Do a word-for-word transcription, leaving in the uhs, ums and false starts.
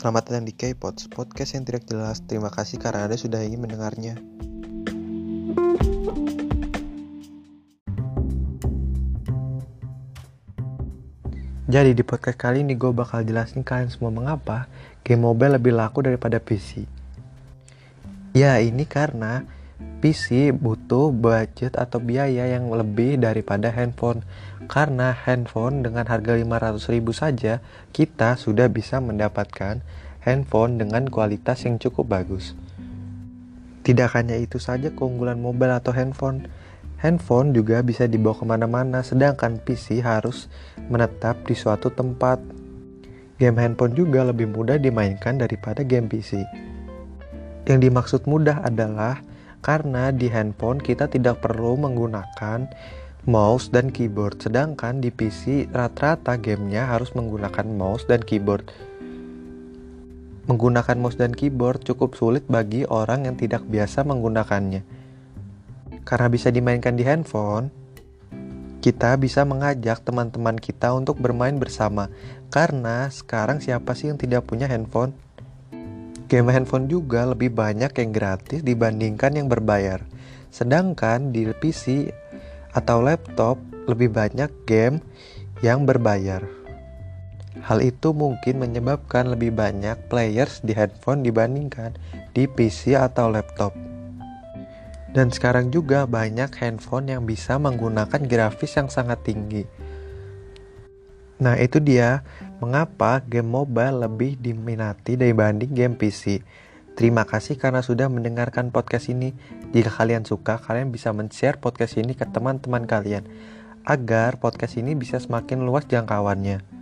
Selamat datang di K-Pods, podcast yang tidak jelas. Terima kasih karena Anda sudah ingin mendengarnya. Jadi di podcast kali ini gue bakal jelasin kalian semua mengapa game mobile lebih laku daripada P C. Ya ini karena P C butuh budget atau biaya yang lebih daripada handphone. Karena handphone dengan harga lima ratus ribu saja, kita sudah bisa mendapatkan handphone dengan kualitas yang cukup bagus. Tidak hanya itu saja keunggulan mobile atau handphone. Handphone juga bisa dibawa kemana-mana, sedangkan P C harus menetap di suatu tempat. Game handphone juga lebih mudah dimainkan daripada game P C. Yang dimaksud mudah adalah karena di handphone kita tidak perlu menggunakan mouse dan keyboard, sedangkan di P C rata-rata gamenya harus menggunakan mouse dan keyboard. Menggunakan mouse dan keyboard cukup sulit bagi orang yang tidak biasa menggunakannya. Karena bisa dimainkan di handphone, kita bisa mengajak teman-teman kita untuk bermain bersama. Karena sekarang siapa sih yang tidak punya handphone? Game handphone juga lebih banyak yang gratis dibandingkan yang berbayar. Sedangkan di P C atau laptop lebih banyak game yang berbayar. Hal itu mungkin menyebabkan lebih banyak players di handphone dibandingkan di P C atau laptop. Dan sekarang juga banyak handphone yang bisa menggunakan grafis yang sangat tinggi. Nah itu dia mengapa game mobile lebih diminati dibanding game P C. Terima kasih karena sudah mendengarkan podcast ini. Jika kalian suka, kalian bisa men-share podcast ini ke teman-teman kalian agar podcast ini bisa semakin luas jangkauannya.